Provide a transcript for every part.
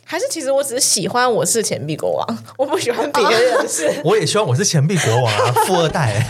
还是其实我只是喜欢我是钱币国王，我不喜欢别人是。 我也希望我是钱币国王啊，富二代。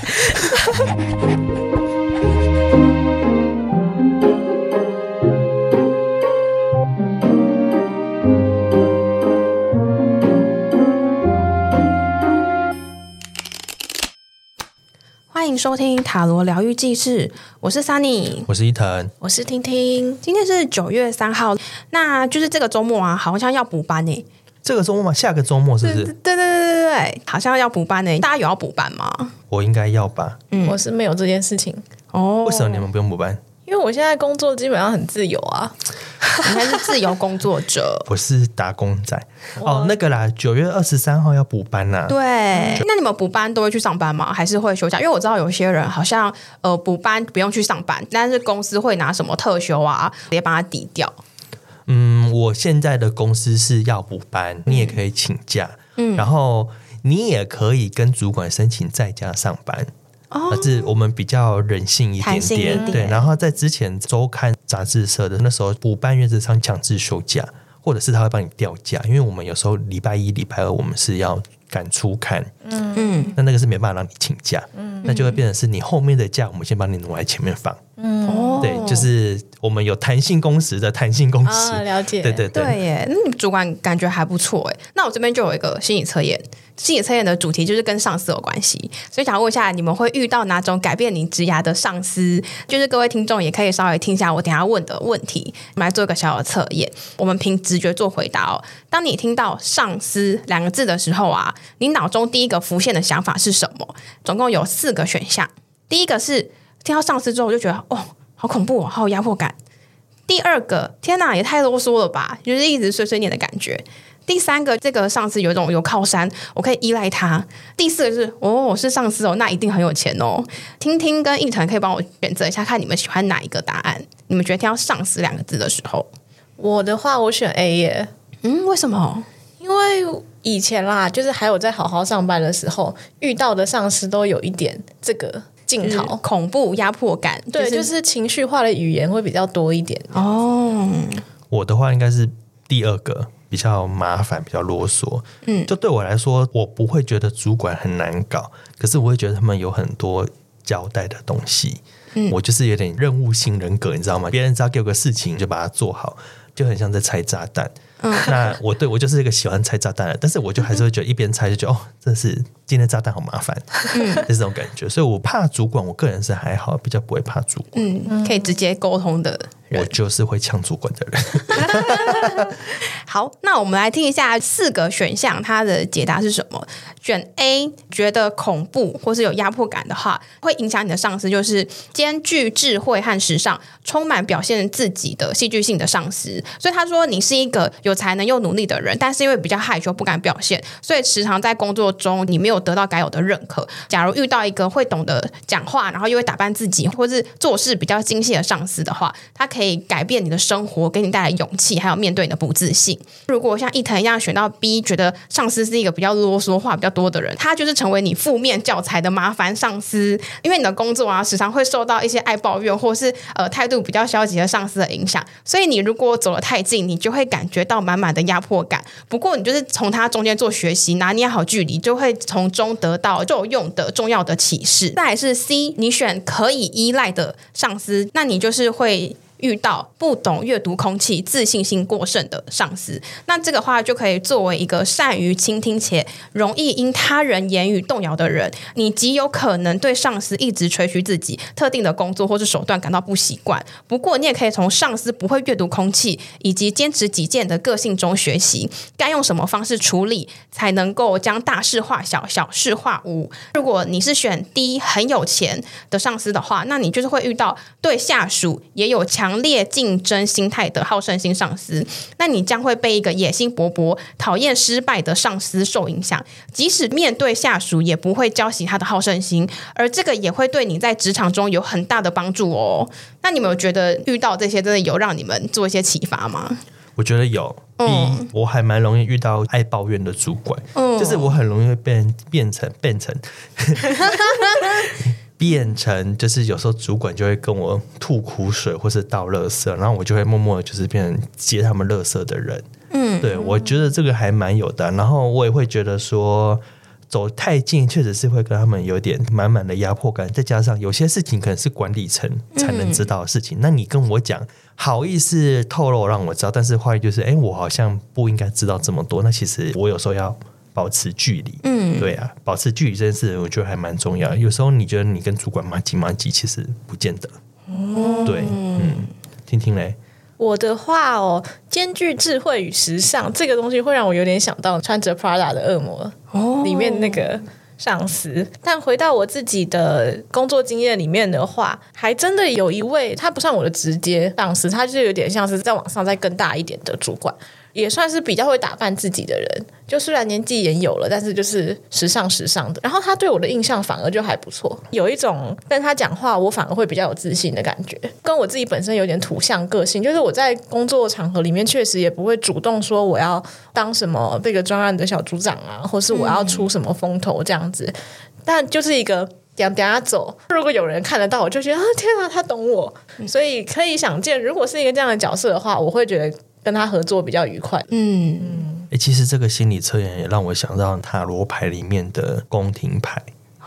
欢迎收听塔罗疗愈记事，我是 Sunny， 我是伊藤， 我是听听。 今天是9月3号，那就是这个周末啊，好像要补班耶。 这个周末吗？下个周末是不是？ 对，好像要补班耶。大家有要补班吗？ 我应该要吧。 我是没有这件事情。 哦， 为什么你们不用补班？ 因为我现在工作基本上很自由啊。 应该是自由工作者。 我是打工仔。哦，那个啦，9月23号要补班啦。 对，那你们补班都会去上班吗？还是会休假？因为我知道有些人好像补班不用去上班，但是公司会拿什么特休啊，直接帮他抵掉。 我现在的公司是要补班，你也可以请假，然后你也可以跟主管申请在家上班。但是我们比较人性一点点，对。然后在之前周刊杂志社的那时候，补班原则上强制休假，或者是他会帮你调假，因为我们有时候礼拜一、礼拜二我们是要赶出刊，那个是没办法让你请假，那就会变成是你后面的假我们先帮你挪来前面放。对，就是我们有弹性工时的弹性工时， 了解。 对耶，那你主管感觉还不错耶。那我这边就有一个心理测验，心理测验的主题就是跟上司有关系，所以想问一下，你们会遇到哪种改变你职涯的上司？就是各位听众也可以稍微听一下我等一下问的问题，我们来做一个小小的测验，我们凭直觉做回答哦。当你听到上司2个字的时候啊，你脑中第一个浮现的想法是什么？总共有4个选项。第一个是听到上司之后我就觉得好恐怖好有压迫感。第二个，天哪，也太啰嗦了吧，就是一直碎碎念的感觉。第3个，这个上司有一种有靠山，我可以依赖他。第4个是我是上司那一定很有钱哦。听听跟一晨可以帮我选择一下，看你们喜欢哪一个答案。你们觉得听到上司2个字的时候？ 我的话，我选 A 耶。 为什么？ 因为以前啦，就是还有在好好上班的时候，遇到的上司都有一点这个镜头， 恐怖压迫感。 对，就是情绪化的语言会比较多一点。 我的话应该是第2个，比较麻烦，比较啰嗦。就对我来说，我不会觉得主管很难搞，可是我会觉得他们有很多交代的东西。我就是有点任务性人格，你知道吗？别人只要给我个事情就把它做好，就很像在拆炸弹。那我就是一个喜欢拆炸弹的，但是我就还是会觉得一边拆就觉得真是今天炸弹好麻烦，是这种感觉。所以我怕主管，我个人是还好，比较不会怕主管。 可以直接沟通的人， 我就是会呛主管的人。 好，那我们来听一下4个选项它的解答是什么。选 A， 觉得恐怖或是有压迫感的话，会影响你的上司，就是兼具智慧和时尚，充满表现自己的戏剧性的上司。所以他说你是一个有才能又努力的人，但是因为比较害羞不敢表现，所以时常在工作中你没有得到该有的认可。假如遇到一个会懂得讲话，然后又会打扮自己，或是做事比较精细的上司的话，他可以改变你的生活，给你带来勇气，还有面对你的不自信。如果像一腾一样选到 B， 觉得上司是一个比较啰嗦话比较多的人，他就是成为你负面教材的麻烦上司。因为你的工作啊，时常会受到一些爱抱怨或是态度比较消极的上司的影响，所以你如果走得太近，你就会感觉到满满的压迫感。不过你就是从他中间做学习，拿捏好距离，就会从中得到受用的重要的启示。再来是 C， 你选可以依赖的上司，那你就是会遇到不懂阅读空气、自信心过剩的上司。那这个话就可以作为一个善于倾听且容易因他人言语动摇的人，你极有可能对上司一直吹嘘自己特定的工作或是手段感到不习惯。不过你也可以从上司不会阅读空气以及坚持己见的个性中学习，该用什么方式处理才能够将大事化小、小事化无。如果你是选 D 很有钱的上司的话，那你就是会遇到对下属也有强烈竞争心态的好胜心上司，那你将会被一个野心勃勃、讨厌失败的上司受影响，即使面对下属也不会浇熄他的好胜心，而这个也会对你在职场中有很大的帮助哦。那你们有觉得遇到这些真的有让你们做一些启发吗？ 我觉得有。我还蛮容易遇到爱抱怨的主管，就是我很容易会变成就是有时候主管就会跟我吐苦水或是倒垃圾，然后我就会默默的就是变成接他们垃圾的人。 对，我觉得这个还蛮有的。然后我也会觉得说走太近确实是会跟他们有点满满的压迫感，再加上有些事情可能是管理层才能知道的事情，那你跟我讲好意思透露让我知道，但是话语就是我好像不应该知道这么多，那其实我有时候要保持距离。对啊，保持距离这件事我觉得还蛮重要的。有时候你觉得你跟主管麻吉其实不见得。对，听听嘞。 我的话兼具智慧与时尚这个东西会让我有点想到穿着 Prada 的恶魔里面那个上司。但回到我自己的工作经验里面的话，还真的有一位他不算我的直接上司，他就有点像是在往上再更大一点的主管，也算是比较会打扮自己的人，就虽然年纪也有了，但是就是时尚的。然后他对我的印象反而就还不错，有一种跟他讲话我反而会比较有自信的感觉，跟我自己本身有点土象个性，就是我在工作场合里面确实也不会主动说我要当什么这个专案的小组长啊，或是我要出什么风头这样子，但就是一个等下走，如果有人看得到，我就觉得天啊，他懂我。所以可以想见，如果是一个这样的角色的话，我会觉得跟他合作比较愉快。 其实这个心理测验也让我想到塔罗牌里面的宫廷牌。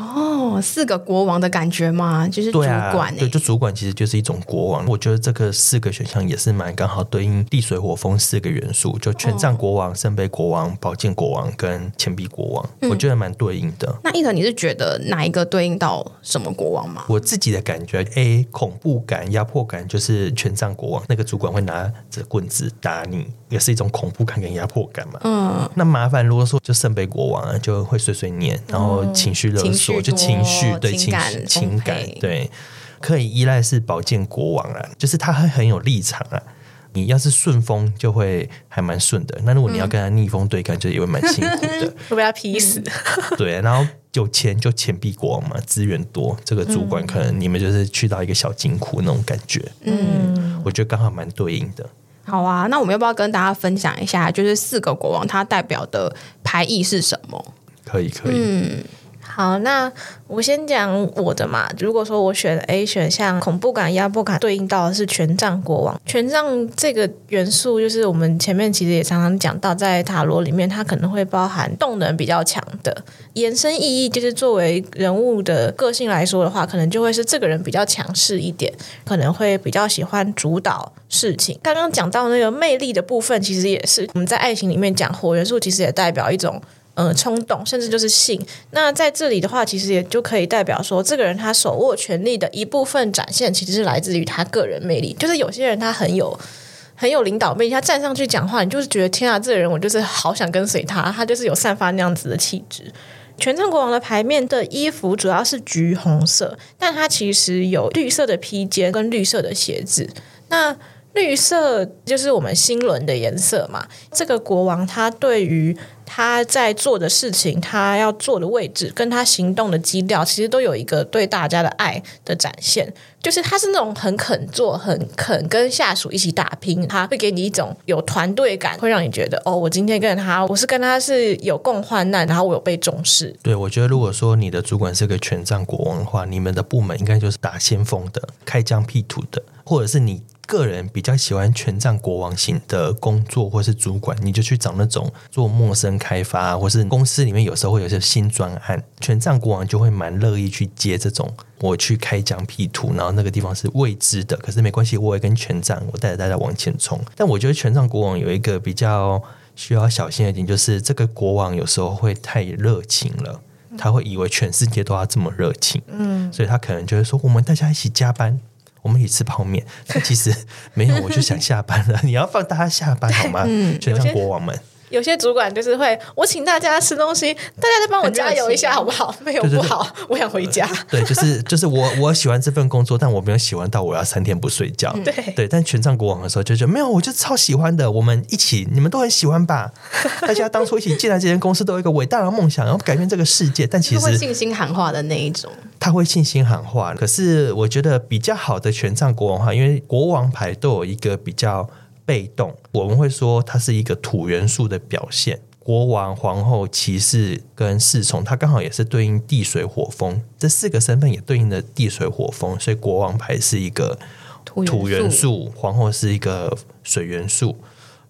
4个国王的感觉吗？就是主管。 对，就主管其实就是一种国王。我觉得这个4个选项也是蛮刚好对应地水火风4个元素，就权杖国王、圣杯国王、宝剑国王跟钱币国王，我觉得蛮对应的。 那一腾，你是觉得哪一个对应到什么国王吗？ 我自己的感觉恐怖感、压迫感就是权杖国王，那个主管会拿着棍子打你，也是一种恐怖感跟压迫感嘛。那麻烦如果说就圣杯国王就会碎碎念，然后情绪勒索，就情绪对情感对，可以依赖是宝剑国王啊，就是他会很有立场啊。你要是顺风就会还蛮顺的，那如果你要跟他逆风对干，就也会蛮辛苦的， 会被他劈死。 对，然后有钱就钱币国王嘛，资源多，这个主管可能你们就是去到一个小金库那种感觉。我觉得刚好蛮对应的。 好啊，那我们要不要跟大家分享一下，就是4个国王它代表的牌意是什么？ 可以。 好，那我先讲我的嘛。如果说我选 A 选项，恐怖感、压迫感对应到的是权杖国王。权杖这个元素，就是我们前面其实也常常讲到，在塔罗里面，它可能会包含动能比较强的延伸意义，就是作为人物的个性来说的话，可能就会是这个人比较强势一点，可能会比较喜欢主导事情。刚刚讲到那个魅力的部分，其实也是我们在爱情里面讲火元素，其实也代表一种冲动，甚至就是性。那在这里的话，其实也就可以代表说，这个人他手握权力的一部分展现，其实是来自于他个人魅力。就是有些人他很有领导魅力，他站上去讲话，你就是觉得天啊，这个人我就是好想跟随他，他就是有散发那样子的气质。权杖国王的牌面的衣服主要是橘红色，但它其实有绿色的披肩跟绿色的鞋子。那绿色就是我们心轮的颜色嘛。这个国王他对于他在做的事情，他要做的位置跟他行动的基调，其实都有一个对大家的爱的展现。就是他是那种很肯做，很肯跟下属一起打拼，他会给你一种有团队感，会让你觉得我今天跟他，我是跟他是有共患难，然后我有被重视。 对，我觉得如果说你的主管是个权杖国王的话，你们的部门应该就是打先锋的，开疆辟土的，或者是你个人比较喜欢权杖国王型的工作或是主管，你就去找那种做陌生开发，或是公司里面有时候会有些新专案，权杖国王就会蛮乐意去接这种，我去开疆辟土，然后那个地方是未知的，可是没关系，我也跟权杖我带着大家往前冲。但我觉得权杖国王有一个比较需要小心的点，就是这个国王有时候会太热情了，他会以为全世界都要这么热情，所以他可能就会说我们大家一起加班，我们一起吃泡面，但其实没有，我就想下班了。你要放大家下班好吗？权杖国王们， 有些主管就是会，我请大家吃东西，大家再帮我加油一下好不好？没有不好，我想回家。 对，就是我喜欢这份工作，但我没有喜欢到我要3天不睡觉。对，但权杖国王的时候就觉得没有，我就超喜欢的，我们一起，你们都很喜欢吧？大家当初一起进来这间公司都有一个伟大的梦想，然后改变这个世界。但其实会信心喊话的那一种， 他会信心喊话。可是我觉得比较好的权杖国王的话，因为国王牌都有一个比较被动，我们会说它是一个土元素的表现。国王、皇后、骑士跟侍从，它刚好也是对应地水火风，这4个身份也对应的地水火风，所以国王牌是一个土元素，皇后是一个水元素。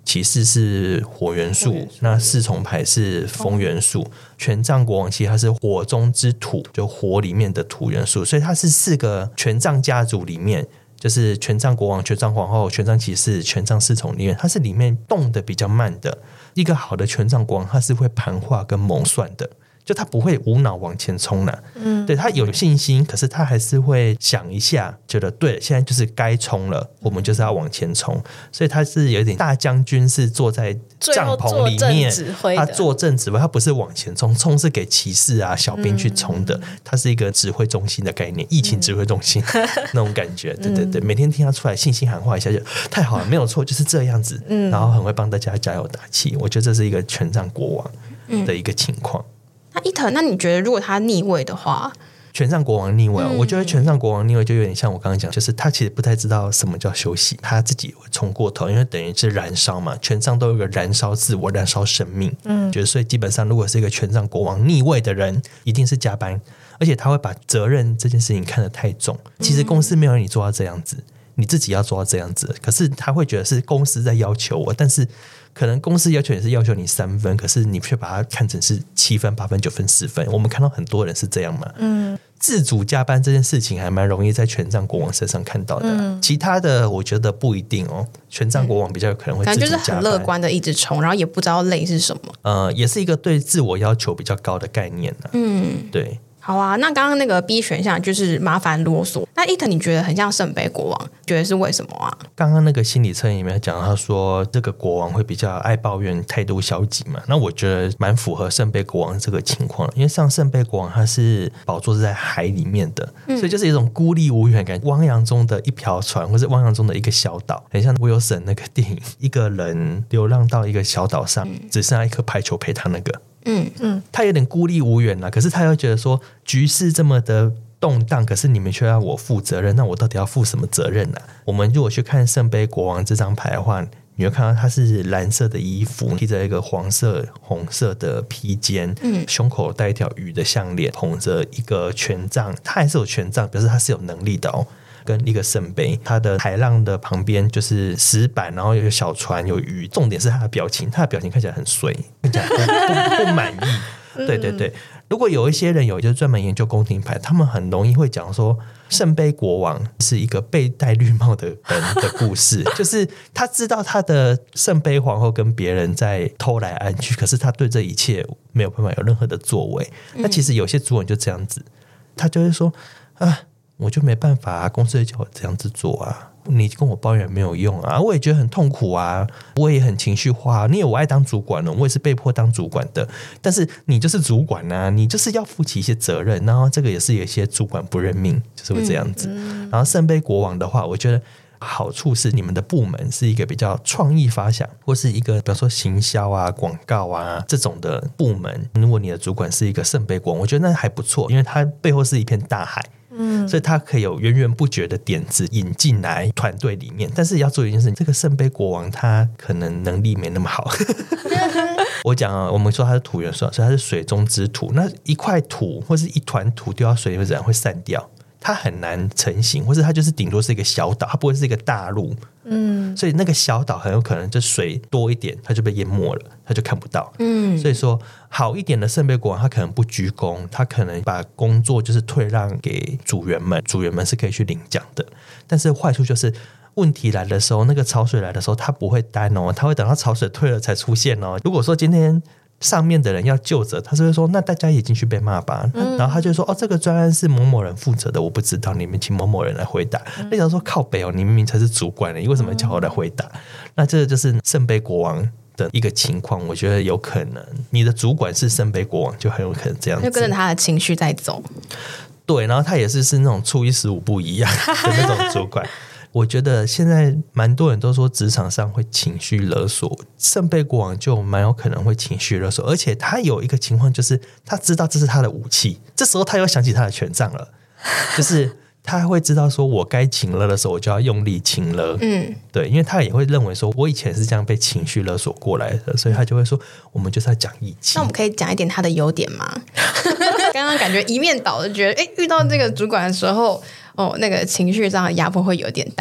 骑士是火元素，那4重牌是风元素，权杖国王其实它是火中之土，就火里面的土元素，所以它是4个权杖家族里面，就是权杖国王、权杖皇后、权杖骑士、权杖4重里面，它是里面动的比较慢的。一个好的权杖国王，它是会盘化跟谋算的，就他不会无脑往前冲啦，对，他有信心，可是他还是会想一下，觉得对，现在就是该冲了，我们就是要往前冲，所以他是有点大将军，是坐在帐篷里面，他坐镇指挥，他不是往前冲，冲是给骑士啊小兵去冲的，他是一个指挥中心的概念，疫情指挥中心那种感觉，对对对，每天听他出来信心喊话一下就太好了，没有错，就是这样子，然后很会帮大家加油打气，我觉得这是一个权杖国王的一个情况。 那伊藤，那你觉得如果他逆位的话， 权杖国王逆位，我觉得权杖国王逆位就有点像我刚刚讲，就是他其实不太知道什么叫休息，他自己会冲过头，因为等于是燃烧嘛，权杖都有个燃烧自我、燃烧生命，觉得所以基本上如果是一个权杖国王逆位的人，一定是加班，而且他会把责任这件事情看得太重。其实公司没有让你做到这样子，你自己要做到这样子，可是他会觉得是公司在要求我，但是可能公司要求也是要求你3分，可是你却把它看成是7分、8分、9分、10分。我们看到很多人是这样嘛。自主加班这件事情还蛮容易在权杖国王身上看到的，其他的我觉得不一定哦。权杖国王比较有可能会自主加班， 感觉就是很乐观的一直冲，然后也不知道累是什么。 也是一个对自我要求比较高的概念啊。对。 好啊，那刚刚那个 B 选项就是麻烦啰嗦。那伊藤你觉得很像圣杯国王，觉得是为什么啊？ 刚刚那个心理测验里面讲，他说这个国王会比较爱抱怨、态度消极嘛。那我觉得蛮符合圣杯国王这个情况，因为像圣杯国王他是宝座是在海里面的，所以就是一种孤立无援的感觉，汪洋中的一条船，或是汪洋中的一个小岛，很像威尔森那个电影，一个人流浪到一个小岛上，只剩下一颗排球陪他那个。他有点孤立无援啦，可是他又觉得说局势这么的动荡，可是你们却要我负责任，那我到底要负什么责任呢？我们如果去看圣杯国王这张牌的话，你会看到他是蓝色的衣服，披着一个黄色红色的披肩，胸口戴一条鱼的项链，捧着一个权杖，他还是有权杖，表示他是有能力的哦，跟一个圣杯，他的海浪的旁边就是石板，然后有个小船，有鱼，重点是他的表情，他的表情看起来很衰，看起来不满意。对对对，如果有一些人就是专门研究宫廷牌，他们很容易会讲说圣杯国王是一个被戴绿帽的人的故事，就是他知道他的圣杯皇后跟别人在偷来暗去，可是他对这一切没有办法有任何的作为。那其实有些主人就这样子，他就会说我就没办法公司叫我这样子做啊，你跟我抱怨没有用啊，我也觉得很痛苦啊，我也很情绪化，你以为我爱当主管了，我也是被迫当主管的，但是你就是主管啊，你就是要负起一些责任，然后这个也是有一些主管不认命，就是会这样子。然后圣杯国王的话，我觉得好处是你们的部门是一个比较创意发想，或是一个比方说行销啊、广告啊这种的部门，如果你的主管是一个圣杯国王，我觉得那还不错，因为它背后是一片大海，所以他可以有源源不绝的点子引进来团队里面，但是要做一件事情，这个圣杯国王他可能能力没那么好。我讲我们说他是土元素，所以他是水中之土，那一块土或是一团土丢到水里面自然会散掉，它很难成型，或是它就是顶多是一个小岛，它不会是一个大陆。所以那个小岛很有可能就水多一点它就被淹没了，它就看不到。所以说好一点的圣杯国王他可能不鞠躬，他可能把工作就是退让给组员们，组员们是可以去领奖的。但是坏处就是问题来的时候，那个潮水来的时候他不会担哦，他会等到潮水退了才出现哦。如果说今天上面的人要救责，他是会说那大家也进去被骂吧，然后他就说这个专案是某某人负责的，我不知道，你们请某某人来回答。那想说靠北你明明才是主管，你为什么叫我来回答？那这就是圣杯国王的一个情况，我觉得有可能你的主管是圣杯国王，就很有可能这样子， 就跟着他的情绪在走。 对，然后他也是那种初一十五不一样的那种主管。我觉得现在蛮多人都说职场上会情绪勒索，圣杯国王就蛮有可能会情绪勒索，而且他有一个情况就是他知道这是他的武器，这时候他又想起他的权杖了，就是他会知道说我该情勒的时候我就要用力情勒。对，因为他也会认为说我以前是这样被情绪勒索过来的，所以他就会说我们就是要讲义气。 那我们可以讲一点他的优点吗？刚刚感觉一面倒的觉得遇到这个主管的时候那个情绪上的压迫会有点大。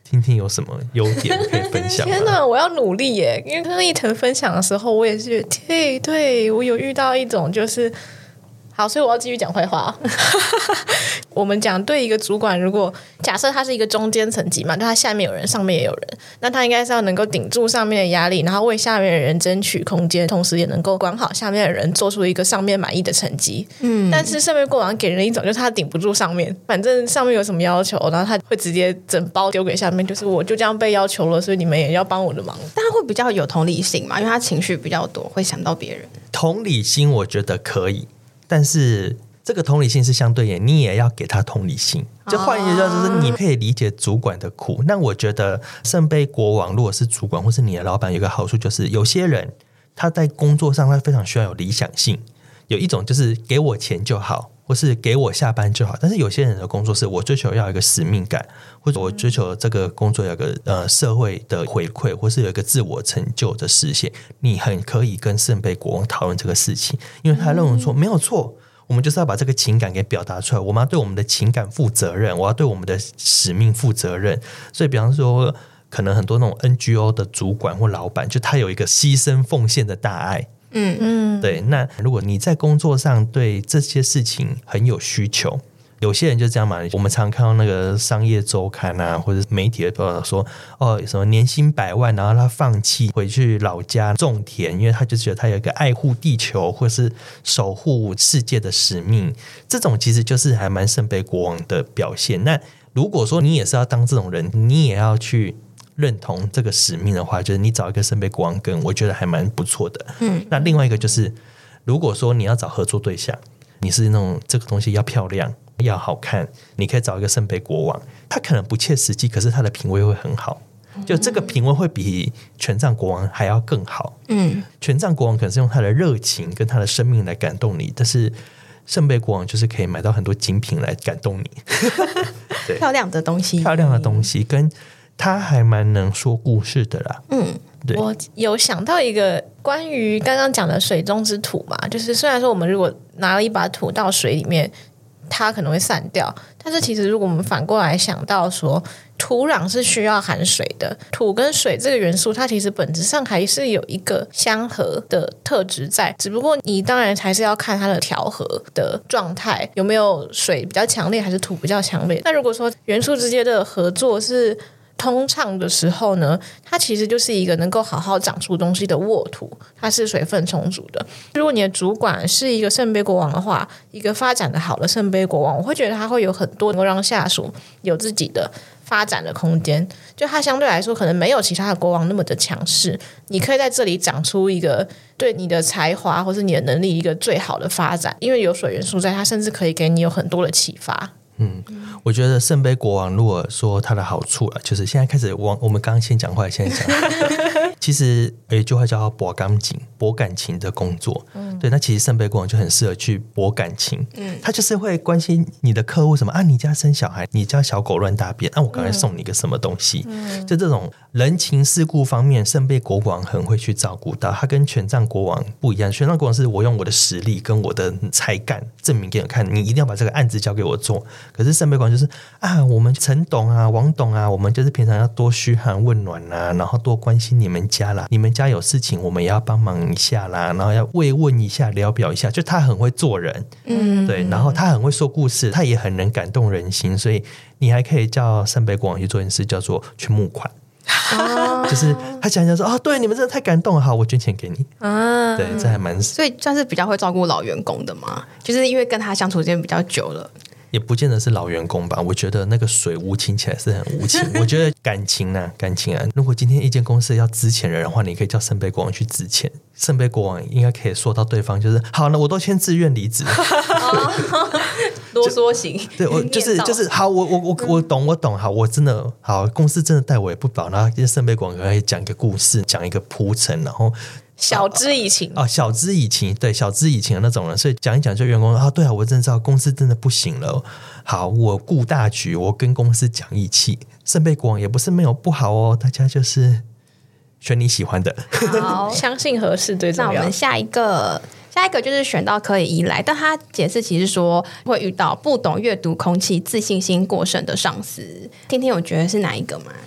听听有什么优点可以分享吗？ 天哪，我要努力耶！因为刚刚一腾分享的时候，我也是觉得，对我有遇到一种就是好，所以我要继续讲坏话。我们讲对一个主管，如果假设他是一个中间层级嘛，就他下面有人，上面也有人，那他应该是要能够顶住上面的压力，然后为下面的人争取空间，同时也能够管好下面的人，做出一个上面满意的成绩。但是圣杯国王给人一种就是他顶不住上面，反正上面有什么要求，然后他会直接整包丢给下面，就是我就这样被要求了，所以你们也要帮我的忙。 但他会比较有同理心嘛，因为他情绪比较多，会想到别人。 同理心我觉得可以，但是这个同理心是相对的，你也要给他同理心。就换一句话就是你可以理解主管的苦。那我觉得圣杯国王如果是主管或是你的老板，有一个好处就是有些人他在工作上他非常需要有理想性，有一种就是给我钱就好，或是给我下班就好。但是有些人的工作是我追求要有一个使命感，或者我追求这个工作有一个社会的回馈，或是有一个自我成就的实现。你很可以跟圣杯国王讨论这个事情，因为他认为说没有错，我们就是要把这个情感给表达出来，我们要对我们的情感负责任，我要对我们的使命负责任。所以比方说可能很多那种 NGO 的主管或老板，就他有一个牺牲奉献的大爱。对。那如果你在工作上对这些事情很有需求，有些人就这样嘛，我们常看到那个商业周刊啊，或者媒体的报道说，什么年薪100万，然后他放弃回去老家种田，因为他就觉得他有一个爱护地球或是守护世界的使命。这种其实就是还蛮圣杯国王的表现。那如果说你也是要当这种人，你也要去认同这个使命的话，就是你找一个圣杯国王跟我觉得还蛮不错的。那另外一个就是，如果说你要找合作对象，你是那种这个东西要漂亮要好看，你可以找一个圣杯国王，他可能不切实际，可是他的品味会很好，就这个品味会比权杖国王还要更好。权杖国王可能是用他的热情跟他的生命来感动你，但是圣杯国王就是可以买到很多精品来感动你。对， 漂亮的东西， 漂亮的东西，跟他还蛮能说故事的啦。对， 我有想到一个关于刚刚讲的水中之土嘛，就是虽然说我们如果拿了一把土到水里面，它可能会散掉，但是其实如果我们反过来想到说，土壤是需要含水的，土跟水这个元素它其实本质上还是有一个相合的特质在，只不过你当然还是要看它的调和的状态，有没有水比较强烈还是土比较强烈。那如果说元素之间的合作是通畅的时候呢，它其实就是一个能够好好长出东西的沃土，它是水分充足的。如果你的主管是一个圣杯国王的话，一个发展的好的圣杯国王，我会觉得他会有很多能够让下属有自己的发展的空间，就他相对来说可能没有其他的国王那么的强势，你可以在这里长出一个对你的才华或是你的能力一个最好的发展，因为有水元素在，它甚至可以给你有很多的启发。 我觉得圣杯国王如果说它的好处啊，就是现在开始我们刚刚先讲话，现在讲其实有一句话叫博感情，博感情的工作。对，那其实圣杯国王就很适合去博感情。他就是会关心你的客户什么啊，你家生小孩，你家小狗乱大便，我赶快送你个什么东西。就这种人情世故方面，圣杯国王很会去照顾到。他跟权杖国王不一样，权杖国王是我用我的实力跟我的才干证明给你看，你一定要把这个案子交给我做。可是圣杯国王就是我们陈董啊、王董啊，我们就是平常要多嘘寒问暖啊，然后多关心你们家啦，你们家有事情我们也要帮忙一下啦，然后要慰问一下、聊表一下，就他很会做人。对，然后他很会说故事，他也很能感动人心，所以你还可以叫圣杯国王去做一件事，叫做去募款。就是他讲说对，你们真的太感动了，好，我捐钱给你。对，这还蛮， 所以算是比较会照顾老员工的嘛，就是因为跟他相处时间比较久了。 也不见得是老员工吧，我觉得那个水无情起来是很无情。我觉得感情啊，如果今天一间公司要资遣人的话，你可以叫圣杯国王去资遣，圣杯国王应该可以说到对方就是好了，我都先自愿离职。 啰嗦型， 对，我就是好，我懂，好，我真的好，公司真的待我也不薄，然后圣杯国王可以讲一个故事，讲一个铺陈，然后晓之以情晓之以情，对，晓之以情的那种人，所以讲一讲就员工对啊，我真的知道公司真的不行了，好，我顾大局，我跟公司讲义气。圣杯国王也不是没有不好哦，大家就是选你喜欢的， 好， 相信合适最重要。 那我们下一个就是选到可以依赖，但他解释其实说会遇到不懂阅读空气、自信心过剩的上司。听听我觉得是哪一个吗？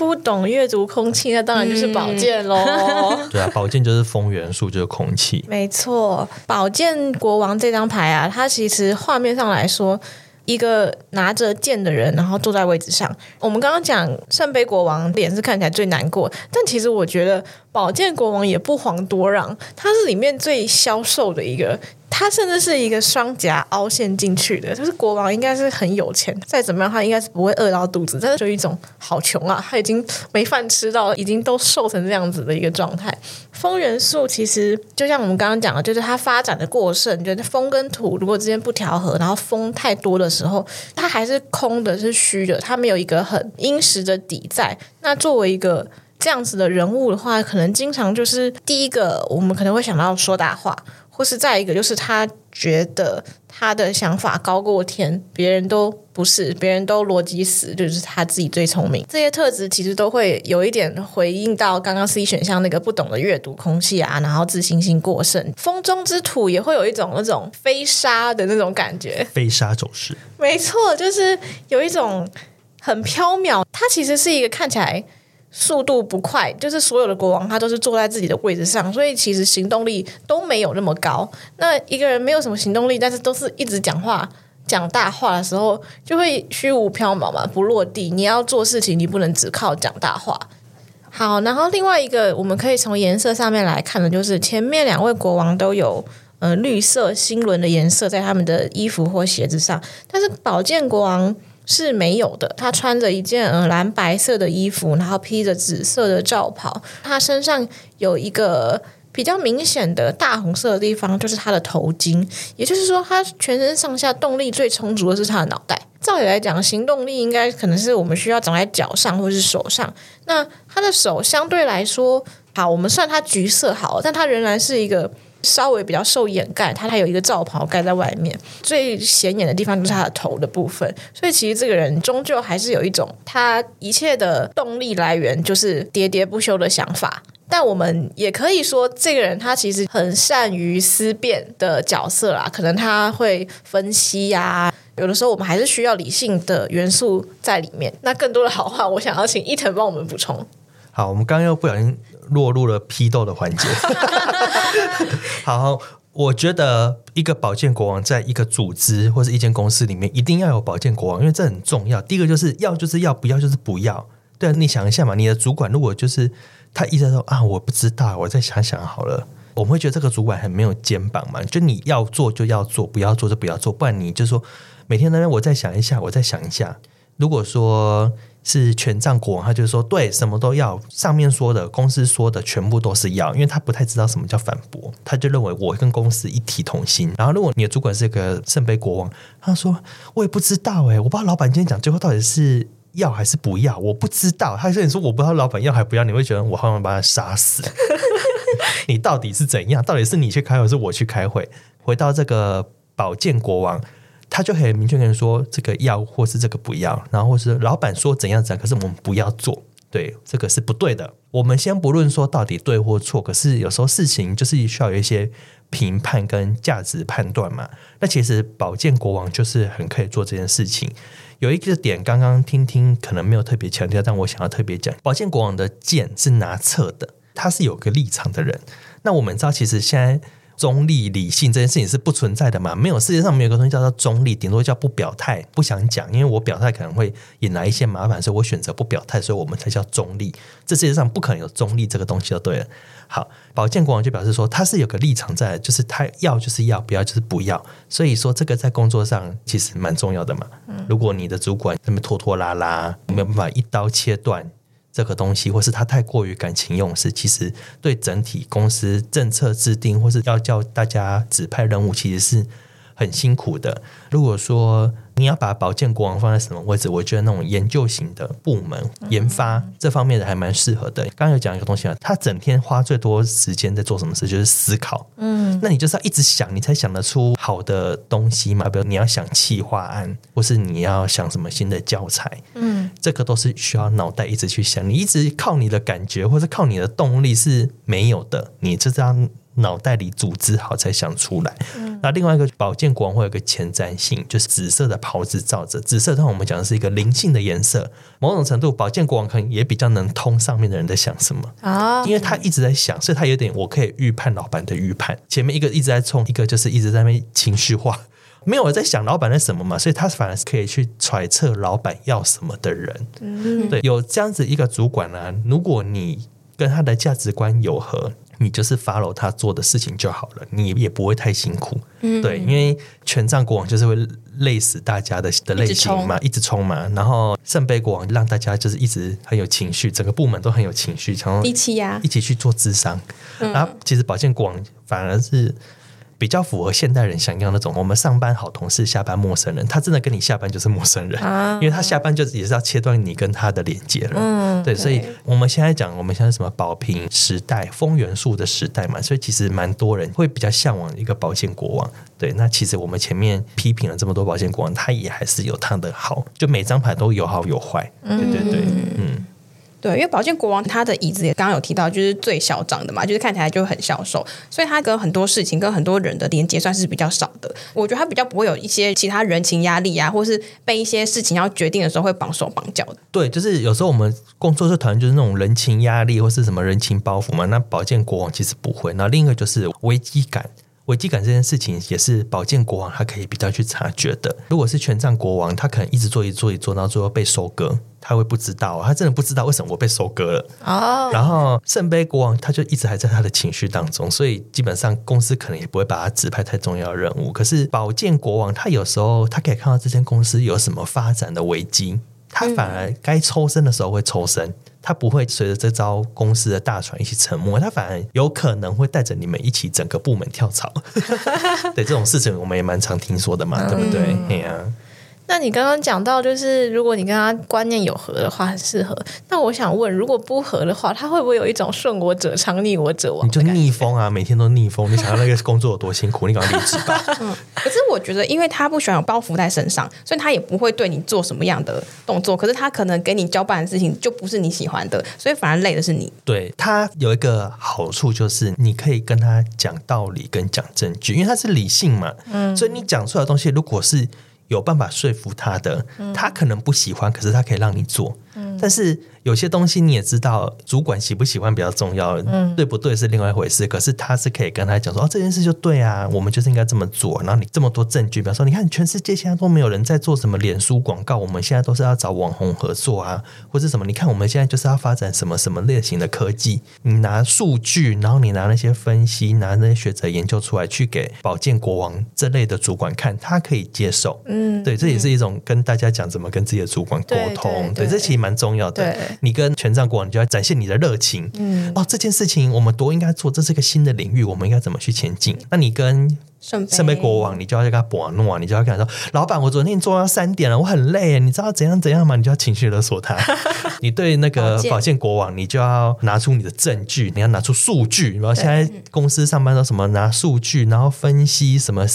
不懂阅读空气，那当然就是宝剑咯。 对啊，宝剑就是风元素，就是空气。 没错，宝剑国王这张牌啊，它其实画面上来说，一个拿着剑的人，然后坐在位置上。我们刚刚讲圣杯国王脸是看起来最难过，但其实我觉得宝剑国王也不遑多让，他是里面最消瘦的一个。他甚至是一个双颊凹陷进去的，就是国王应该是很有钱，再怎么样他应该是不会饿到肚子，但是就一种好穷啊，他已经没饭吃到，已经都瘦成这样子的一个状态。风元素其实就像我们刚刚讲的，就是它发展的过剩，就是风跟土如果之间不调和，然后风太多的时候，它还是空的，是虚的，它没有一个很殷实的底在。那作为一个这样子的人物的话，可能经常就是第一个我们可能会想到说大话，或是再一个就是他觉得他的想法高过天，别人都不是，别人都逻辑死，就是他自己最聪明。这些特质其实都会有一点回应到刚刚 C 选项那个不懂得阅读空气啊，然后自信心过剩。风中之土也会有一种那种飞沙的那种感觉， 飞沙走石。 没错，就是有一种很飘渺，它其实是一个看起来速度不快，就是所有的国王他都是坐在自己的位置上，所以其实行动力都没有那么高。那一个人没有什么行动力，但是都是一直讲话讲大话的时候，就会虚无缥缈嘛，不落地。你要做事情，你不能只靠讲大话。好，然后另外一个我们可以从颜色上面来看的，就是前面两位国王都有绿色星轮的颜色在他们的衣服或鞋子上，但是宝剑国王是没有的，他穿着一件蓝白色的衣服，然后披着紫色的罩袍，他身上有一个比较明显的大红色的地方，就是他的头巾，也就是说他全身上下动力最充足的是他的脑袋。照理来讲，行动力应该可能是我们需要长在脚上或是手上，那他的手相对来说，好，我们算他橘色好了，但他仍然是一个稍微比较受掩盖，它还有一个罩袍盖在外面，最显眼的地方就是他的头的部分。所以其实这个人终究还是有一种他一切的动力来源就是喋喋不休的想法。但我们也可以说这个人他其实很善于思辨的角色啦，可能他会分析啊，有的时候我们还是需要理性的元素在里面。那更多的好话我想要请一腾帮我们补充。 好，我们刚刚又不小心落入了批斗的环节。好，我觉得一个宝剑国王在一个组织或是一间公司里面一定要有宝剑国王，因为这很重要。第一个就是要就是要，不要就是不要。对啊，你想一下嘛，你的主管如果就是他一直说啊我不知道，我再想想好了，我们会觉得这个主管很没有肩膀嘛，就你要做就要做，不要做就不要做，不然你就说每天那边我再想一下，我再想一下。如果说是权杖国王，他就说对，什么都要，上面说的公司说的全部都是要，因为他不太知道什么叫反驳，他就认为我跟公司一体同心。然后如果你的主管是一个圣杯国王，他说我也不知道我不知道老板今天讲最后到底是要还是不要，我不知道。他跟你说我不知道老板要还不要，你会觉得我好想把他杀死。你到底是怎样？到底是你去开会，是我去开会？回到这个宝剑国王，他就可以明确跟人说这个要或是这个不要，然后或是老板说怎样怎样，可是我们不要做，对，这个是不对的。我们先不论说到底对或错，可是有时候事情就是需要有一些评判跟价值判断嘛。那其实宝剑国王就是很可以做这件事情。有一个点刚刚听可能没有特别强调，但我想要特别讲，宝剑国王的剑是拿侧的，他是有个立场的人。那我们知道其实现在中立理性这件事情是不存在的嘛，没有，世界上没有一个东西叫做中立，顶多叫不表态，不想讲，因为我表态可能会引来一些麻烦，所以我选择不表态，所以我们才叫中立。这世界上不可能有中立这个东西就对了。好，宝剑国王就表示说他是有个立场在，就是他要就是要，不要就是不要，所以说这个在工作上其实蛮重要的嘛。如果你的主管那么拖拖拉拉，没有办法一刀切断这个东西，或是他太过于感情用事，其实对整体公司政策制定或是要叫大家指派任务，其实是很辛苦的。如果说你要把宝剑国王放在什么位置，我觉得那种研究型的部门、研发这方面的还蛮适合的。刚刚有讲一个东西啊，他整天花最多时间在做什么事，就是思考。那你就是要一直想，你才想得出好的东西嘛。比如你要想企划案，或是你要想什么新的教材，这个都是需要脑袋一直去想。你一直靠你的感觉或是靠你的动力是没有的，你就是要脑袋里组织好才想出来。那另外一个宝剑国王会有一个前瞻性，就是紫色的袍子罩着，紫色通常我们讲的是一个灵性的颜色，某种程度宝剑国王可能也比较能通上面的人在想什么因为他一直在想，所以他有点我可以预判老板的预判。前面一个一直在冲，一个就是一直在那边情绪化，没有在想老板在什么嘛，所以他反而是可以去揣测老板要什么的人。对，有这样子一个主管啊，如果你跟他的价值观有合，你就是 follow 他做的事情就好了，你也不会太辛苦。对，因为权杖国王就是会累死大家的类型嘛，一直冲嘛。然后圣杯国王让大家就是一直很有情绪，整个部门都很有情绪，然后一起去做諮商。然后其实宝剑国王反而是比较符合现代人想要那种我们上班好同事，下班陌生人。他真的跟你下班就是陌生人因为他下班就也是要切断你跟他的连接了。对，所以我们现在讲我们现在什么宝瓶时代风元素的时代嘛，所以其实蛮多人会比较向往一个宝剑国王。对，那其实我们前面批评了这么多宝剑国王，他也还是有他的好，就每张牌都有好有坏。对对对， 对，因为宝剑国王他的椅子也刚刚有提到，就是最小张的嘛，就是看起来就很消瘦，所以他跟很多事情跟很多人的连接算是比较少的。我觉得他比较不会有一些其他人情压力啊，或是被一些事情要决定的时候会绑手绑脚的。 对，就是有时候我们工作社团就是那种人情压力或是什么人情包袱嘛，那宝剑国王其实不会。然后另一个就是危机感。危机感这件事情也是宝剑国王他可以比较去察觉的。如果是权杖国王，他可能一直做到最后被收割，他会不知道，他真的不知道为什么我被收割了然后圣杯国王他就一直还在他的情绪当中，所以基本上公司可能也不会把他指派太重要的任务。可是宝剑国王他有时候他可以看到这间公司有什么发展的危机，他反而该抽身的时候会抽身，他不会随着这艘公司的大船一起沉没，他反而有可能会带着你们一起整个部门跳槽对，这种事情我们也蛮常听说的嘛，对不对？ 那你刚刚讲到就是如果你跟他观念有合的话很适合，那我想问如果不合的话，他会不会有一种顺我者昌逆我者亡？ 你就逆风啊，每天都逆风，你想要那个工作有多辛苦你赶快离职吧可是我觉得因为他不喜欢有包袱在身上，所以他也不会对你做什么样的动作，可是他可能给你交办的事情就不是你喜欢的，所以反而累的是你。 对，他有一个好处就是你可以跟他讲道理跟讲证据，因为他是理性嘛所以你讲出来的东西如果是有办法说服他的他可能不喜欢，可是他可以让你做但是有些东西你也知道主管喜不喜欢比较重要对不对是另外一回事，可是他是可以跟他讲说这件事就对啊，我们就是应该这么做，然后你这么多证据，比方说你看全世界现在都没有人在做什么脸书广告，我们现在都是要找网红合作啊，或是什么你看我们现在就是要发展什么什么类型的科技，你拿数据，然后你拿那些分析，拿那些学者研究出来去给宝剑国王这类的主管看，他可以接受对，这也是一种跟大家讲怎么跟自己的主管沟通，对，这其实蛮重要的。你跟权杖国王你就要展现你的热情这件事情我们多应该做，这是个新的领域，我们应该怎么去前进。那你跟圣杯国王你就要跟他把诺，你就要跟他说老板我昨天做到3点了，我很累，你知道怎样怎样吗？你就要情绪勒索他你对那个宝剑国王你就要拿出你的证据，你要拿出数据，然后现在公司上班都什么拿数据，然后分析什么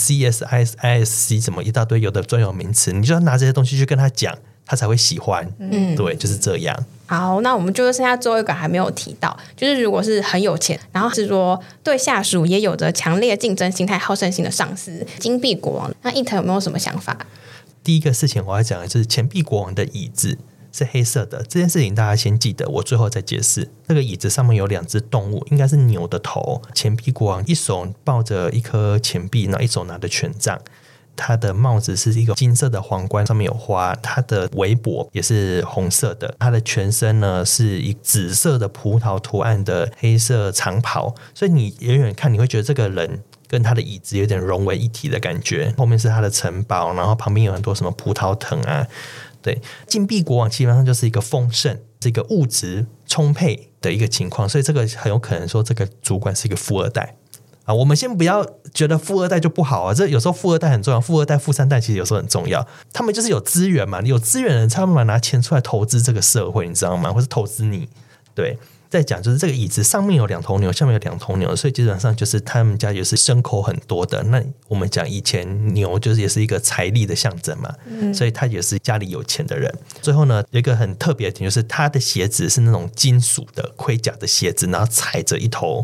CSISC 什么一大堆有的专有名词，你就要拿这些东西去跟他讲，他才会喜欢对，就是这样。 好，那我们就是剩下最后一个还没有提到，就是如果是很有钱，然后是说对下属也有着强烈竞争心态、好胜心的上司，金币国王，那ET有没有什么想法？ 第一个事情我要讲的就是钱币国王的椅子是黑色的，这件事情大家先记得，我最后再解释。这个椅子上面有2只动物，应该是牛的头。钱币国王一手抱着一颗钱币，然后一手拿着权杖，他的帽子是一个金色的皇冠，上面有花，他的围脖也是红色的，他的全身呢是一紫色的葡萄图案的黑色长袍，所以你远远看你会觉得这个人跟他的椅子有点融为一体的感觉，后面是他的城堡，然后旁边有很多什么葡萄藤啊。对，金币国王基本上就是一个丰盛，是一个物质充沛的一个情况，所以这个很有可能说这个主管是一个富二代我们先不要觉得富二代就不好这有时候富二代很重要，富二代富三代其实有时候很重要，他们就是有资源嘛，有资源的人才有办法拿钱出来投资这个社会，你知道吗？或是投资你。对，再讲就是这个椅子上面有2头牛，下面有2头牛，所以基本上就是他们家也是牲口很多的。那我们讲以前牛就是也是一个财力的象征嘛所以他也是家里有钱的人。最后呢有一个很特别的点，就是他的鞋子是那种金属的盔甲的鞋子，然后踩着一头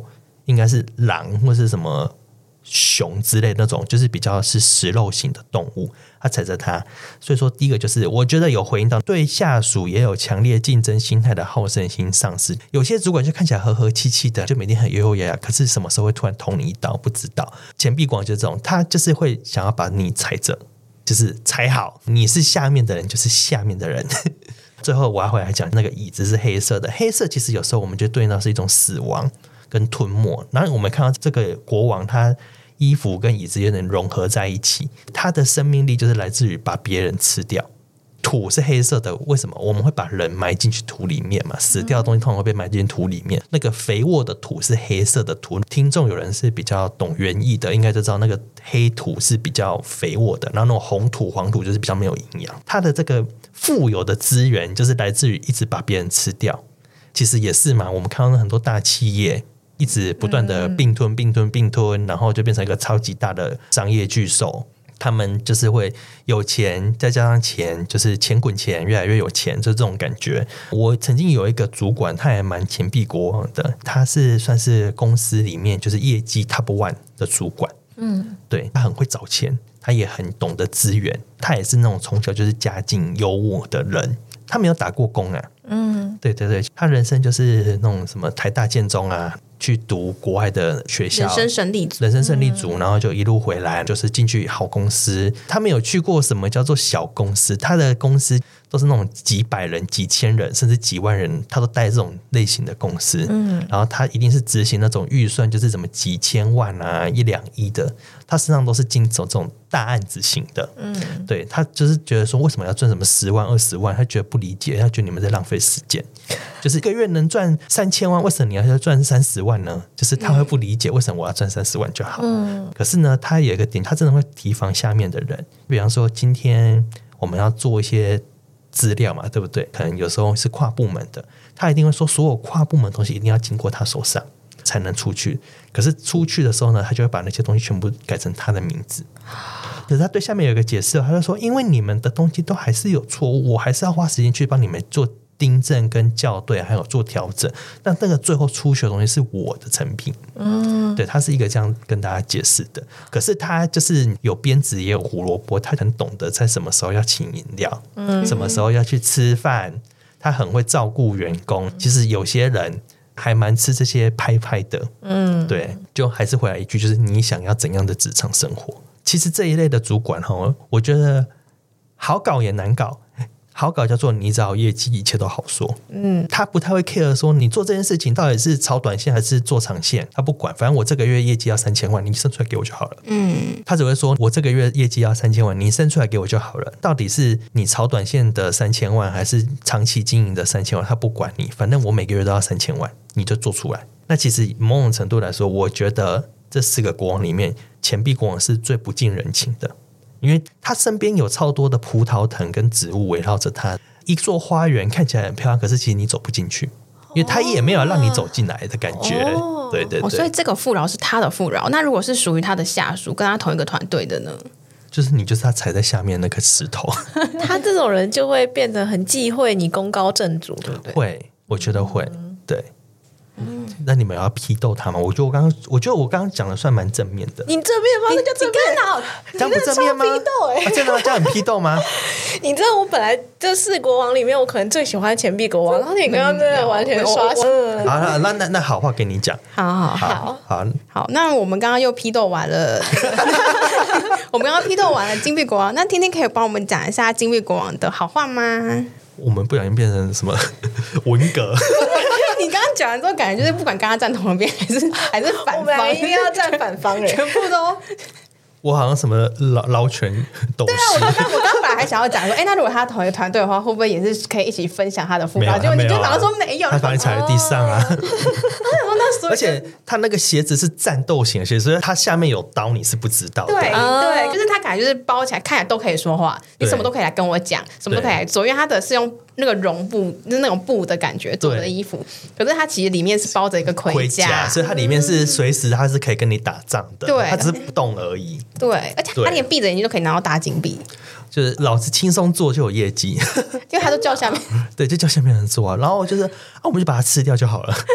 应该是狼或是什么熊之类那种，就是比较是食肉型的动物，他踩着它。所以说第一个就是我觉得有回应到对下属也有强烈竞争心态的好胜心丧失。有些主管就看起来和和气气的，就每天很优优雅雅，可是什么时候会突然捅你一刀不知道。钱币广就是这种，他就是会想要把你踩着，就是踩好，你是下面的人就是下面的人。最后我要回来讲那个椅子是黑色的，黑色其实有时候我们就对应到是一种死亡跟吞没。然后我们看到这个国王他衣服跟椅子有点融合在一起，他的生命力就是来自于把别人吃掉。土是黑色的，为什么？我们会把人埋进去土里面嘛，死掉的东西通常会被埋进土里面。那个肥沃的土是黑色的土，听众有人是比较懂园艺的，应该就知道那个黑土是比较肥沃的，然后那种红土黄土就是比较没有营养。它的这个富有的资源就是来自于一直把别人吃掉。其实也是嘛，我们看到很多大企业一直不断的并吞，然后就变成一个超级大的商业巨兽。他们就是会有钱，再加上钱，就是钱滚钱，越来越有钱，就是这种感觉。我曾经有一个主管，他也蛮钱币国王的，他是算是公司里面就是业绩 top 1的主管。对，他很会找钱，他也很懂得资源，他也是那种从小就是家境优渥的人。他没有打过工啊，对对对，他人生就是那种什么台大建中啊，去读国外的学校， 人生胜利组， 然后就一路回来，就是进去好公司。他没有去过什么叫做小公司，他的公司都是那种几百人、几千人，甚至几万人，他都带这种类型的公司。然后他一定是执行那种预算，就是什么几千万啊、1、2亿的，他身上都是经走这种大案子型的。对，他就是觉得说，为什么要赚什么10万、20万？他觉得不理解，他觉得你们在浪费时间。就是一个月能赚3000万，为什么你要赚30万呢？就是他会不理解为什么我要赚30万就好。可是呢，他有一个点，他真的会提防下面的人。比方说，今天我们要做一些资料嘛，对不对？可能有时候是跨部门的，他一定会说，所有跨部门的东西一定要经过他手上才能出去。可是出去的时候呢，他就会把那些东西全部改成他的名字。可是他对下面有一个解释，他就说，因为你们的东西都还是有错误，我还是要花时间去帮你们做订正跟校对，还有做调整。那个最后出去的东西是我的成品。对，他是一个这样跟大家解释的。可是他就是有鞭子也有胡萝卜，他很懂得在什么时候要请饮料，什么时候要去吃饭，他很会照顾员工。其实有些人还蛮吃这些拍的。对，就还是回来一句，就是你想要怎样的职场生活。其实这一类的主管，我觉得好搞也难搞。好搞叫做你只要有业绩，一切都好说。他不太会 care 说你做这件事情到底是炒短线还是做长线，他不管，反正我这个月业绩要3000万，你生出来给我就好了。他只会说我这个月业绩要3000万，你生出来给我就好了。到底是你炒短线的3000万，还是长期经营的3000万，他不管你，反正我每个月都要3000万，你就做出来。那其实某种程度来说，我觉得这4个国王里面，钱币国王是最不近人情的。因为他身边有超多的葡萄藤跟植物围绕着他，一座花园看起来很漂亮，可是其实你走不进去，因为他也没有让你走进来的感觉。对对对， 所以这个富饶是他的富饶。那如果是属于他的下属，跟他同一个团队的呢？ 就是你就是他踩在下面那个石头。 他这种人就会变得很忌讳你功高震主，对不对？ 会，我觉得会。对。那你们要批斗他吗？我觉得我刚刚讲的算蛮正面的。 你正面吗？那叫正面。 这样不正面吗？ 批斗真的吗？这样很批斗吗？ 你知道我本来这4国王里面，我可能最喜欢钱币国王，然后你刚刚真的完全刷新。 好，那好话给你讲。 好，那我们刚刚又批斗完了，我们刚刚批斗完了金币国王，那天天可以帮我们讲一下金币国王的好话吗？ 我们不小心变成什么文革？ 你刚刚讲完之后，感觉就是不管跟他站同一边还是反方， 我们一定要站反方人， 全部都。 我好像什么劳权斗士。 对啊，我刚本来还想要讲说，那如果他同一个团队的话，会不会也是可以一起分享他的富饶？结果你就马上说没有， 他把你踩在地上啊！而且他那个鞋子是战斗型的鞋子，所以他下面有刀，你是不知道的。 对，就是他感觉就是包起来，看起来都可以说话，你什么都可以来跟我讲，什么都可以来做，因为他的是用那个绒布，就是那种布的感觉做的衣服，可是它其实里面是包着一个盔甲， 所以它里面是随时它是可以跟你打仗的， 对， 它只是不动而已。 对，而且他连闭着眼睛都可以拿到大金币， 就是老子轻松做就有业绩， 因为他都叫下面， 对，就叫下面人做啊，然后就是我们就把它吃掉就好了。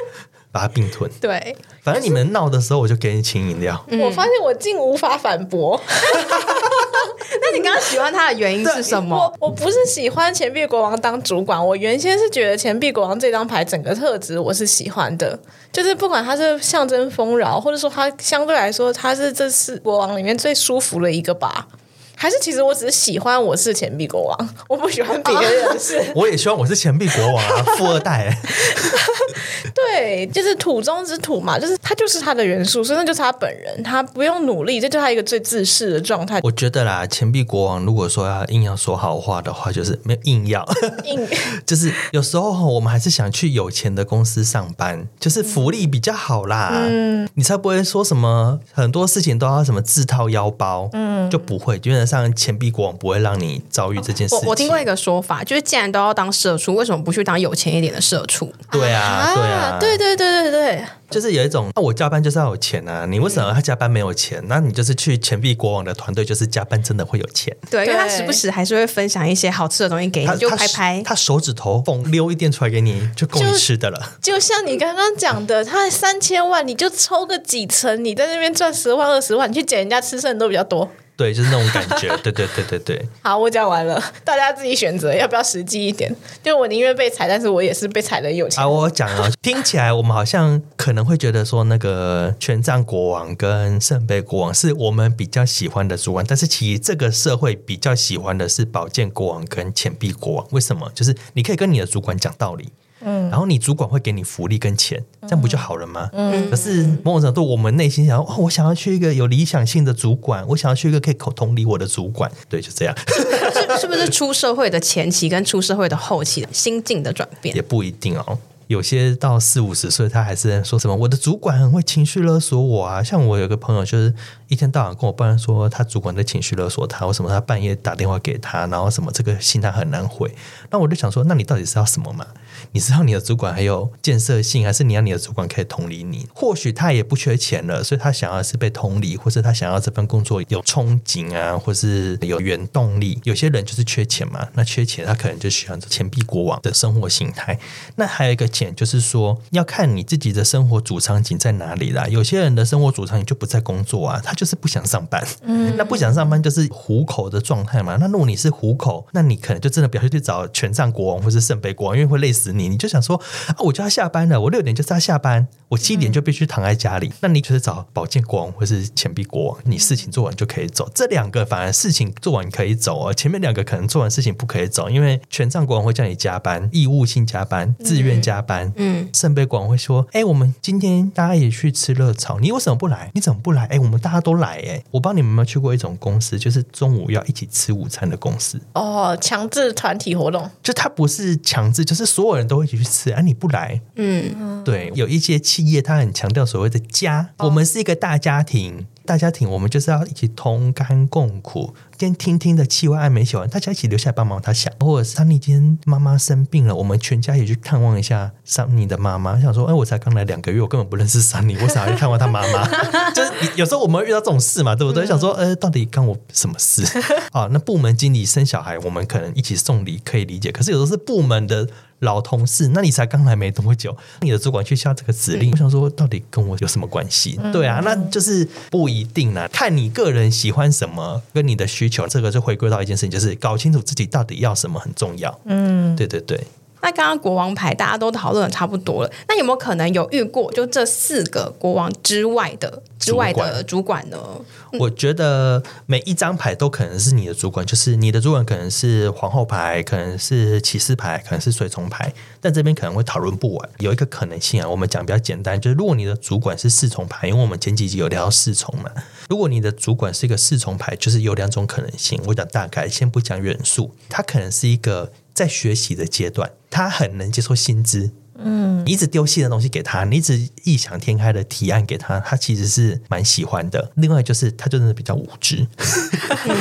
把它并吞。 对， 反正你们闹的时候，我就给你请饮料。 我发现我竟无法反驳。 那你刚刚喜欢他的原因是什么？ 我不是喜欢钱币国王当主管，我原先是觉得钱币国王这张牌整个特质我是喜欢的，就是不管他是象征丰饶，或者说他相对来说他是这4国王里面最舒服的一个吧。还是其实我只是喜欢我是钱币国王，我不喜欢别人是。 我也希望我是钱币国王啊，富二代。 对，就是土中之土嘛，就是他就是他的元素，所以那就是他本人，他不用努力，这就是他一个最自适的状态。 我觉得啦，钱币国王如果说硬要说好话的话，就是没有硬要，就是有时候我们还是想去有钱的公司上班，就是福利比较好啦。你才不会说什么很多事情都要什么自掏腰包，就不会，基本上钱币国王不会让你遭遇这件事情。 我听过一个说法，就是既然都要当社畜，为什么不去当有钱一点的社畜？ 对啊，对啊， 对对对对对， 就是有一种，我加班就是要有钱啊！你为什么他加班没有钱？那你就是去钱币国王的团队，就是加班真的会有钱。 对，因为他时不时还是会分享一些好吃的东西给你，就拍拍。 他手指头缝溜一点出来给你，就够你吃的了。 就像你刚刚讲的，他3000万，你就抽个几成，你在那边赚10万20万，你去捡人家吃剩都比较多。 对，就是那种感觉。对对对对对。 好，我讲完了，大家自己选择要不要实际一点。就我宁愿被踩，但是我也是被踩的有钱。 我讲了，听起来我们好像可能会觉得说，那个权杖国王跟圣杯国王是我们比较喜欢的主管，但是其实这个社会比较喜欢的是宝剑国王跟钱币国王。为什么？就是你可以跟你的主管讲道理。然后你主管会给你福利跟钱，这样不就好了吗？可是某种程度，我们内心想我想要去一个有理想性的主管，我想要去一个可以同理我的主管。对，就这样。 是不是出社会的前期跟出社会的后期心境的转变？ 也不一定哦。有些到40-50岁，他还是在说什么我的主管很会情绪勒索我啊。像我有个朋友，就是一天到晚跟我抱怨说，他主管在情绪勒索他，为什么他半夜打电话给他，然后什么这个信他很难回。那我就想说，那你到底是要什么嘛？你是要你的主管很有建设性，还是你要你的主管可以同理你？或许他也不缺钱了，所以他想要的是被同理，或是他想要这份工作有憧憬啊，或是有原动力。有些人就是缺钱嘛，那缺钱他可能就喜欢钱币国王的生活形态。那还有一个就是说要看你自己的生活主场景在哪里啦。有些人的生活主场景就不在工作啊，他就是不想上班。那不想上班就是糊口的状态嘛。那如果你是糊口，那你可能就真的不要去找权杖国王或是圣杯国王，因为会累死你。你就想说我就要下班了，我6点就是要下班，我7点就必须躺在家里。那你就是找宝剑国王或是钱币国王，你事情做完就可以走。这2个反而事情做完可以走前面2个可能做完事情不可以走，因为权杖国王会叫你加班，义务性加班，自愿加班。圣杯国王会说我们今天大家也去吃热炒，你为什么不来？你怎么不来？我们大家都来我不知道你们有没有去过一种公司，就是中午要一起吃午餐的公司。 强制团体活动， 就它不是强制，就是所有人都会一起去吃你不来。对，有一些企业它很强调所谓的家，我们是一个大家庭，我们就是要一起同甘共苦。今天听的气味爱没喜欢，大家一起留下来帮忙他想。或者是你今天妈妈生病了，我们全家也去看望一下桑尼的妈妈。想说我才刚来2个月，我根本不认识桑尼，为啥要去看望他妈妈？就是有时候我们会遇到这种事嘛，对不对？想说到底干我什么事那部门经理生小孩，我们可能一起送礼可以理解，可是有时候是部门的老同事，那你才刚来没多久，你的主管去下这个指令，我想说到底跟我有什么关系？对啊，那就是不一定啦，看你个人喜欢什么跟你的需求，这个就回归到一件事情，就是搞清楚自己到底要什么很重要。对对对。 那刚刚国王牌大家都讨论的差不多了，那有没有可能有遇过就这4个国王之外的主管呢？ 我觉得每一张牌都可能是你的主管，就是你的主管可能是皇后牌，可能是骑士牌，可能是随从牌，但这边可能会讨论不完。有一个可能性我们讲比较简单，就是如果你的主管是4重牌，因为我们前几集有聊到4重嘛，如果你的主管是一个4重牌，就是有2种可能性。我讲大概，先不讲元素，它可能是一个在学习的阶段，他很能接受新知。你一直丢新的东西给他，你一直异想天开的提案给他，他其实是蛮喜欢的。另外就是他真的比较无知。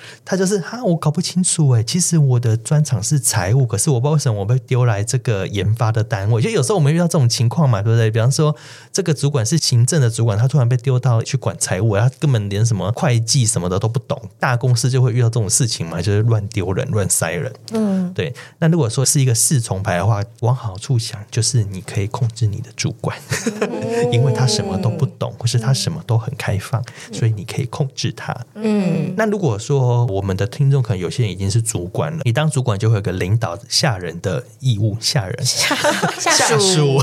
他就是我搞不清楚其实我的专长是财务，可是我不知道为什么我被丢来这个研发的单位。就有时候我们遇到这种情况嘛，对不对？比方说这个主管是行政的主管，他突然被丢到去管财务，他根本连什么会计什么的都不懂。大公司就会遇到这种事情嘛，就是乱丢人乱塞人。对。那如果说是一个4重牌的话，往好处想就是你可以控制你的主管因为他什么都不懂，或是他什么都很开放，所以你可以控制他。那如果说我们的听众可能有些人已经是主管了，你当主管就会有个领导下人的义务，下属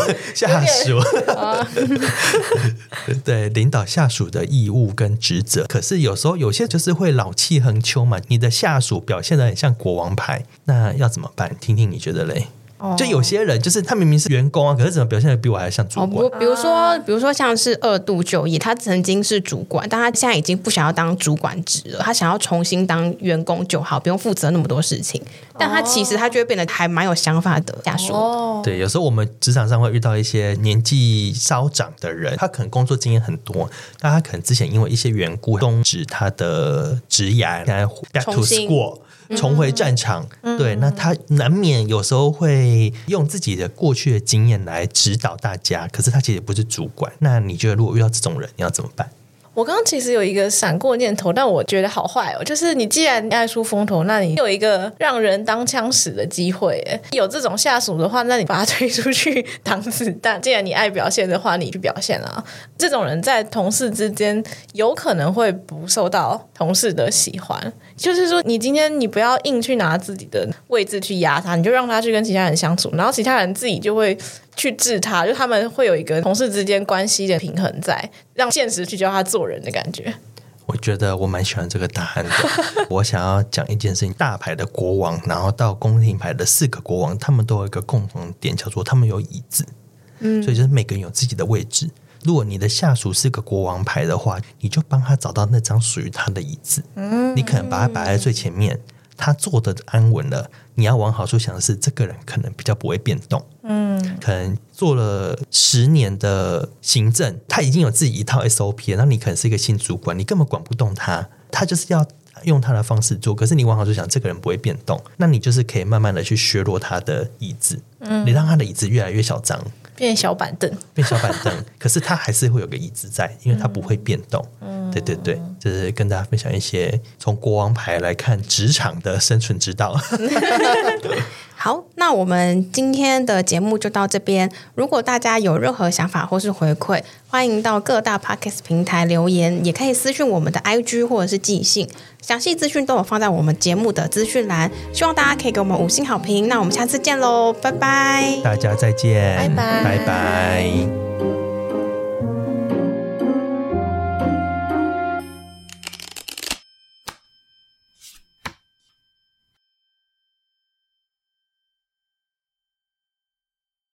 对，领导下属的义务跟职责。可是有时候有些就是会老气横秋嘛，你的下属表现得很像国王牌，那要怎么办？听听你觉得嘞？就有些人就是他明明是员工啊，可是怎么表现得比我还像主管？ 比如说像是2度就业，他曾经是主管，但他现在已经不想要当主管职了，他想要重新当员工就好，不用负责那么多事情。但他其实他就会变得还蛮有想法的下属。 对，有时候我们职场上会遇到一些年纪稍长的人，他可能工作经验很多，但他可能之前因为一些缘故终止他的职涯， back to school，重回战场。对，那他难免有时候会用自己的过去的经验来指导大家，可是他其实也不是主管。那你觉得如果遇到这种人你要怎么办？ 我刚刚其实有一个闪过念头，但我觉得好坏就是你既然爱出风头，那你有一个让人当枪使的机会有这种下属的话，那你把他推出去挡子弹。既然你爱表现的话，你去表现啊。这种人在同事之间有可能会不受到同事的喜欢，就是说你今天你不要硬去拿自己的位置去压他，你就让他去跟其他人相处，然后其他人自己就会去治他，就他们会有一个同事之间关系的平衡在，让现实去教他做人的感觉。 我觉得我蛮喜欢这个答案的我想要讲一件事情，大牌的国王然后到宫廷牌的4个国王，他们都有一个共同点，叫做他们有椅子。所以就是每个人有自己的位置。如果你的下属是个国王牌的话，你就帮他找到那张属于他的椅子。你可能把他摆在最前面，他坐得安稳了，你要往好处想的是这个人可能比较不会变动。可能做了10年的行政，他已经有自己一套 SOP 了，那你可能是一个新主管，你根本管不动他，他就是要用他的方式做，可是你往好处想这个人不会变动，那你就是可以慢慢的去削弱他的椅子。你让他的椅子越来越小张， 变小板凳， 可是他还是会有个椅子在，因为他不会变动。对对对，就是跟大家分享一些从国王牌来看职场的生存之道好，那我们今天的节目就到这边。如果大家有任何想法或是回馈，欢迎到各大 Podcast 平台留言，也可以私讯我们的 IG 或者是寄信，详细资讯都有放在我们节目的资讯栏。希望大家可以给我们5星好评，那我们下次见喽，拜拜， 大家再见， 拜拜， 拜拜。